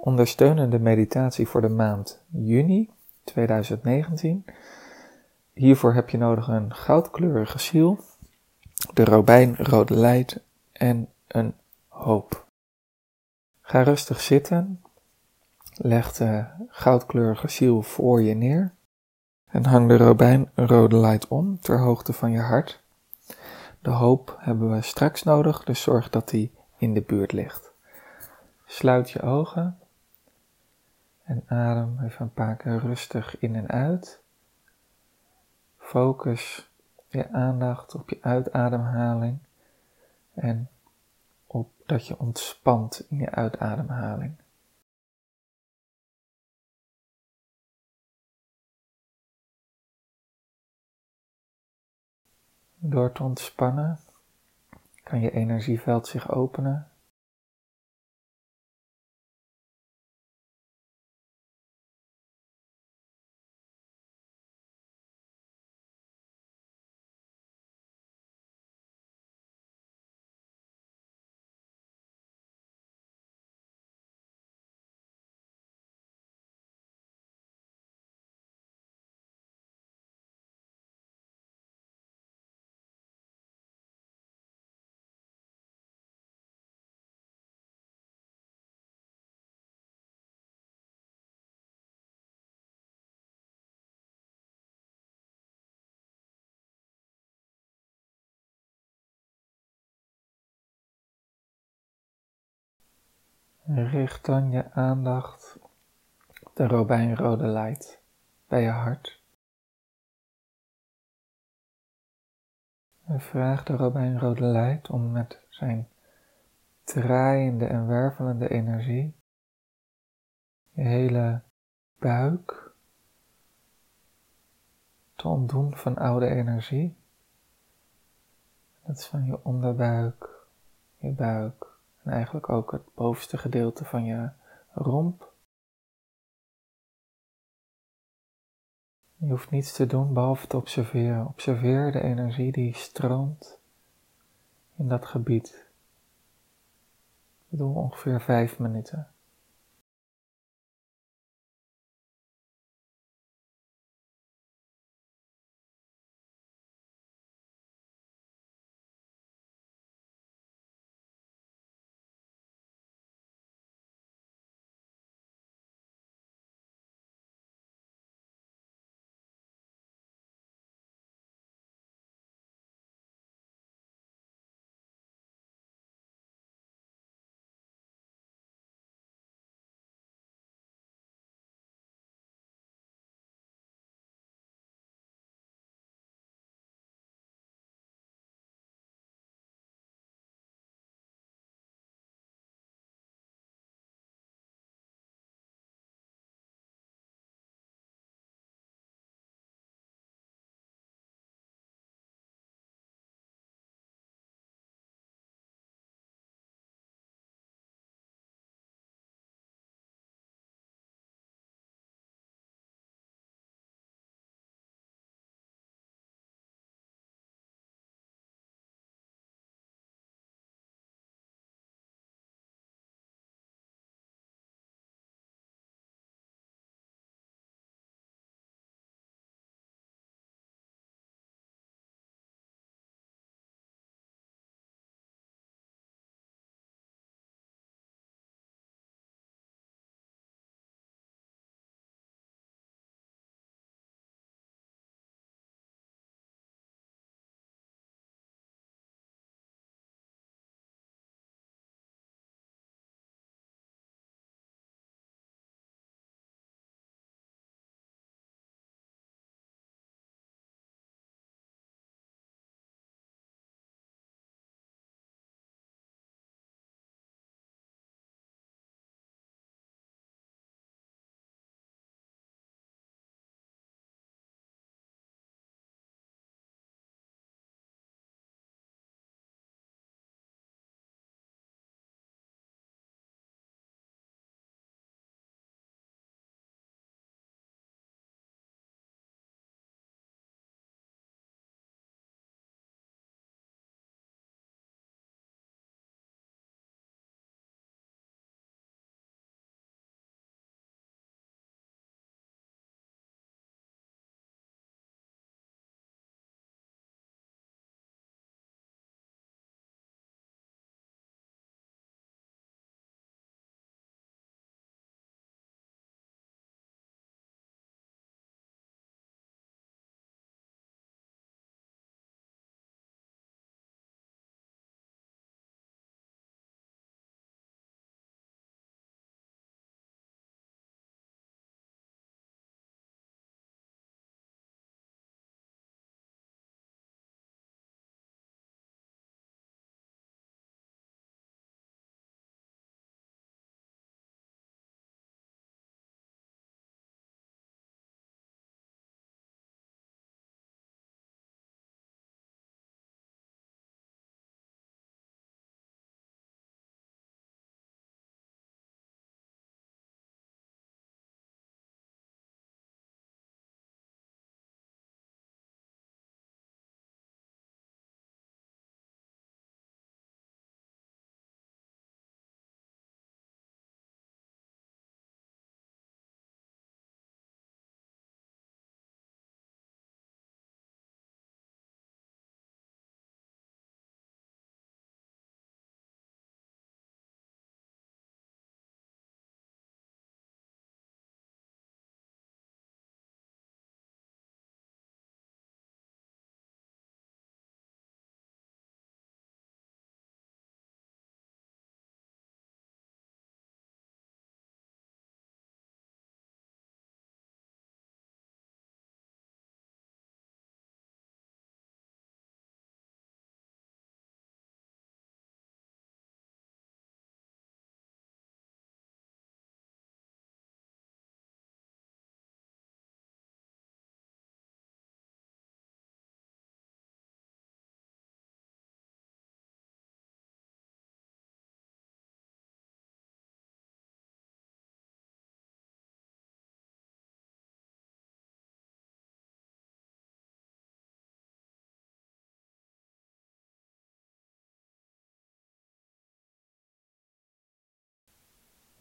ondersteunende meditatie voor de maand juni 2019. Hiervoor heb je nodig een goudkleurige ziel, de robijnrode leit en een hoop. Ga rustig zitten, leg de goudkleurige ziel voor je neer en hang de robijnrode leit om ter hoogte van je hart. De hoop hebben we straks nodig, dus zorg dat die in de buurt ligt. Sluit je ogen en adem even een paar keer rustig in en uit. Focus je aandacht op je uitademhaling en op dat je ontspant in je uitademhaling. Door te ontspannen kan je energieveld zich openen. Richt dan je aandacht op de robijnrode leit bij je hart. En vraag de robijnrode leit om met zijn draaiende en wervelende energie je hele buik te ontdoen van oude energie. Dat is van je onderbuik, je buik en eigenlijk ook het bovenste gedeelte van je romp. Je hoeft niets te doen behalve te observeren. Observeer de energie die stroomt in dat gebied. Dat doen we ongeveer 5 minuten.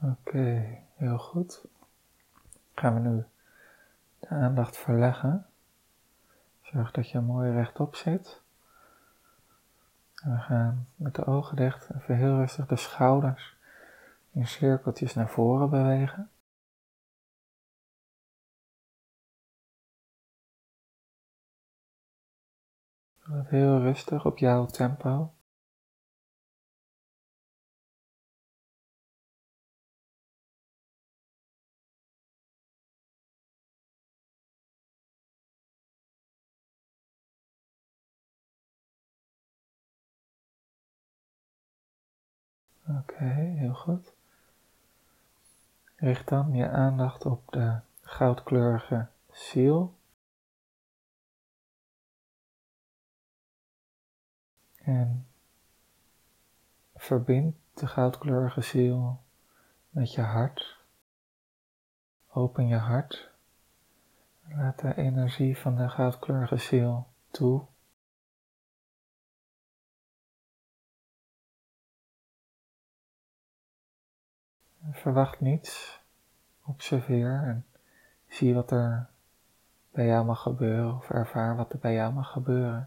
Oké, heel goed. Gaan we nu de aandacht verleggen. Zorg dat je mooi rechtop zit. En we gaan met de ogen dicht even heel rustig de schouders in cirkeltjes naar voren bewegen. Doe dat heel rustig op jouw tempo. Oké, heel goed. Richt dan je aandacht op de goudkleurige ziel. En verbind de goudkleurige ziel met je hart. Open je hart. Laat de energie van de goudkleurige ziel toe. Verwacht niets. Observeer en zie wat er bij jou mag gebeuren of ervaar wat er bij jou mag gebeuren.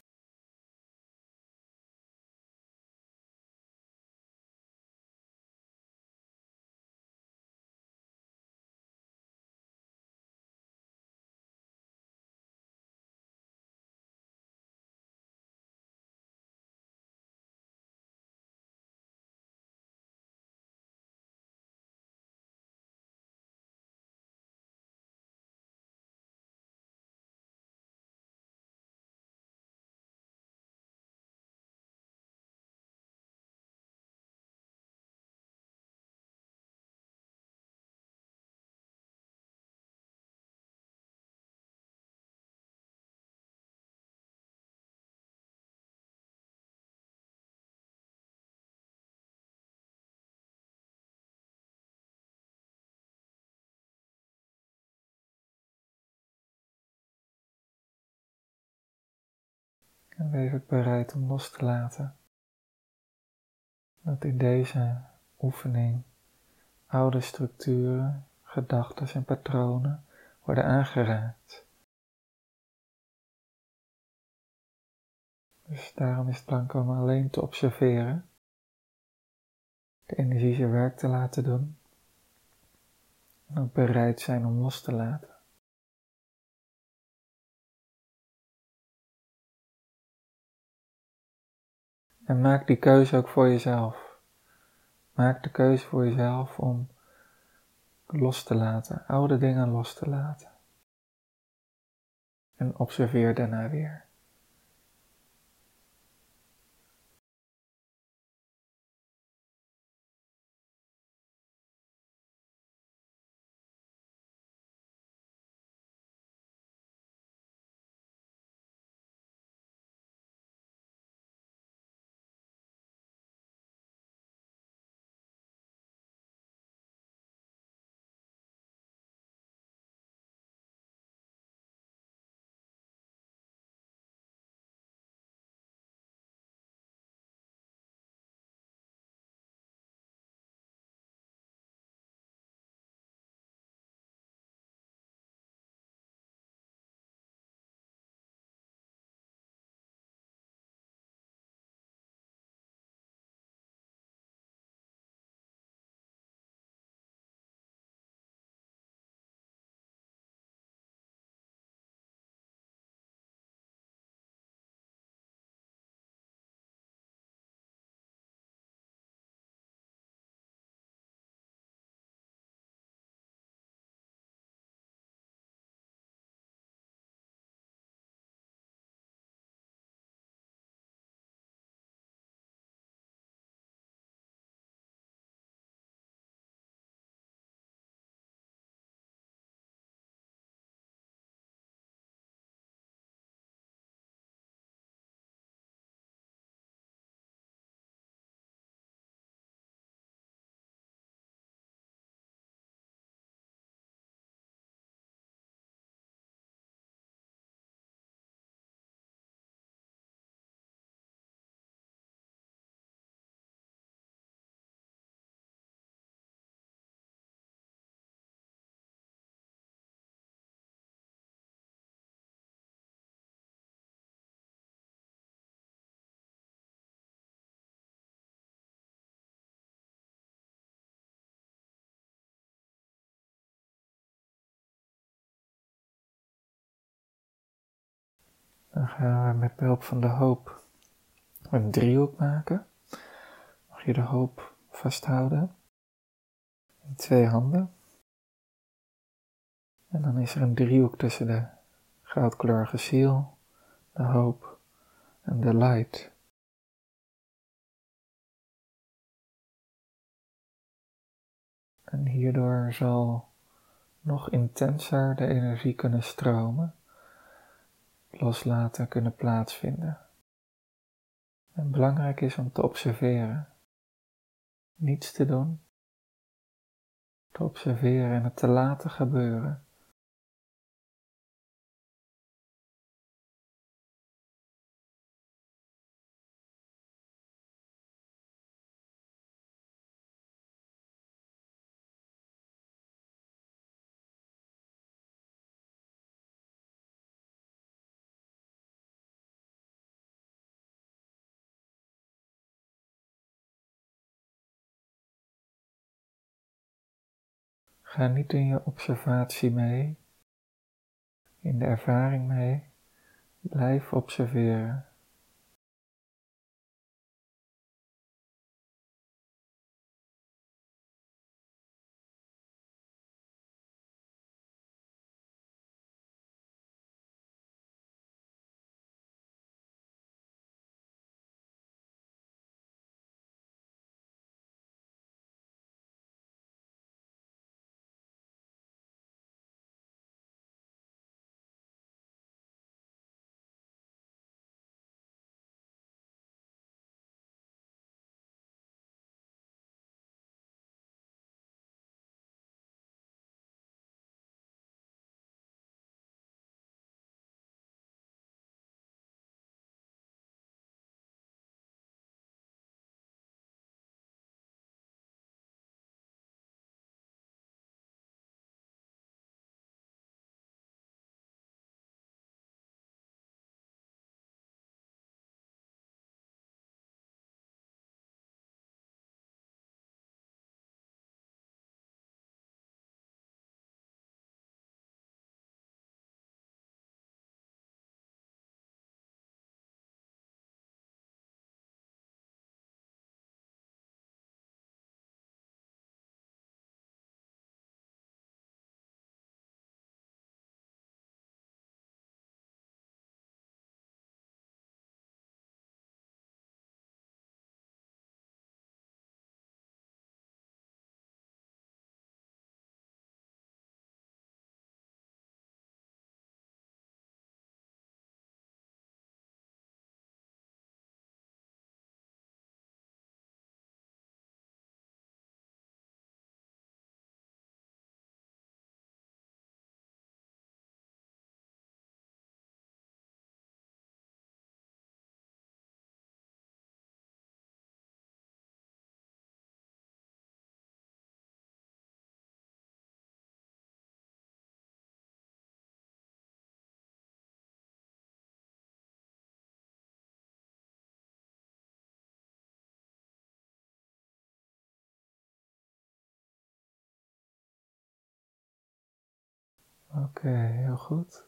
En wees ook bereid om los te laten. Dat in deze oefening oude structuren, gedachten en patronen worden aangeraakt. Dus daarom is het belangrijk om alleen te observeren, de energie zijn werk te laten doen en ook bereid zijn om los te laten. En maak die keuze ook voor jezelf. Maak de keuze voor jezelf om los te laten, oude dingen los te laten. En observeer daarna weer. Dan gaan we met behulp van de hoop een driehoek maken. Mag je de hoop vasthouden in 2 handen. En dan is er een driehoek tussen de goudkleurige ziel, de hoop en de light. En hierdoor zal nog intenser de energie kunnen stromen, loslaten kunnen plaatsvinden. En belangrijk is om te observeren, niets te doen, te observeren en het te laten gebeuren. Ga niet in je observatie mee, in de ervaring mee, blijf observeren. Oké, heel goed.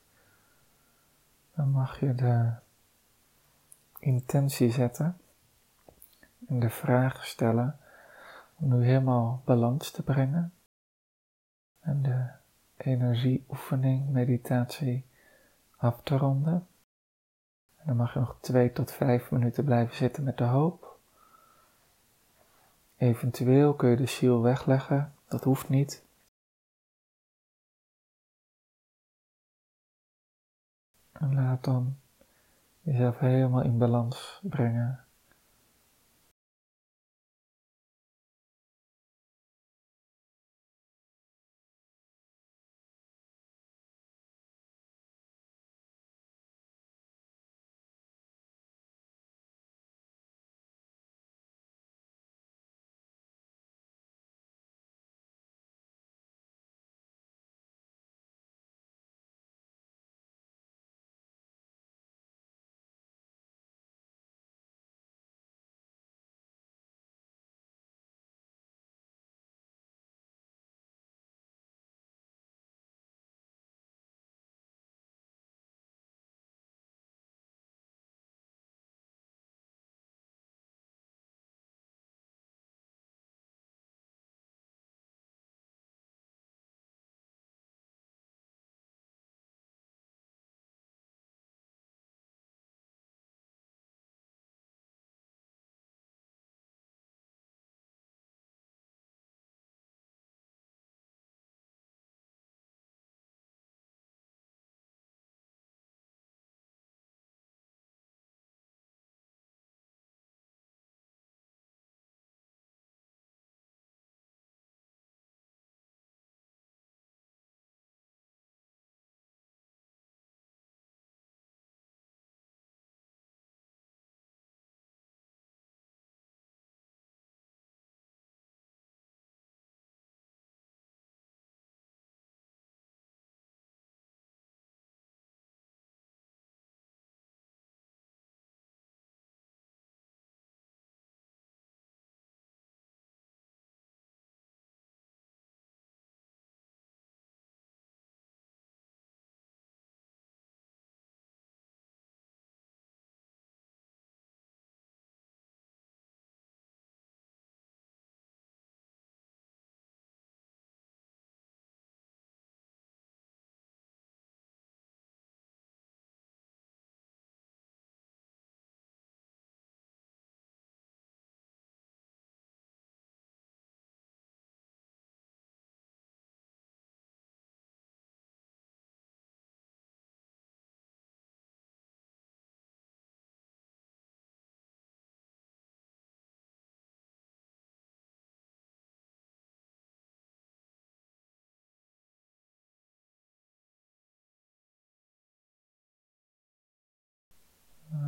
Dan mag je de intentie zetten en de vraag stellen om nu helemaal balans te brengen en de energieoefening, meditatie af te ronden. En dan mag je nog 2 tot 5 minuten blijven zitten met de hoop. Eventueel kun je de ziel wegleggen, dat hoeft niet. En laat dan jezelf helemaal in balans brengen.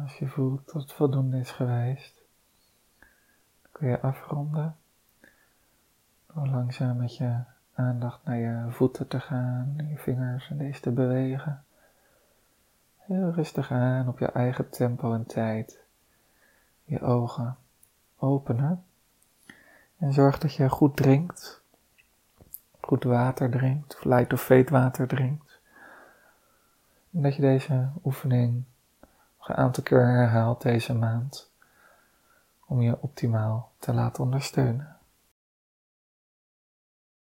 Als je voelt dat het voldoende is geweest, dan kun je afronden door langzaam met je aandacht naar je voeten te gaan, je vingers en deze te bewegen. Heel rustig aan op je eigen tempo en tijd. Je ogen openen en zorg dat je goed drinkt, goed water drinkt, of light of fate water drinkt. En dat je deze oefening nog een aantal keer herhaalt deze maand, om je optimaal te laten ondersteunen.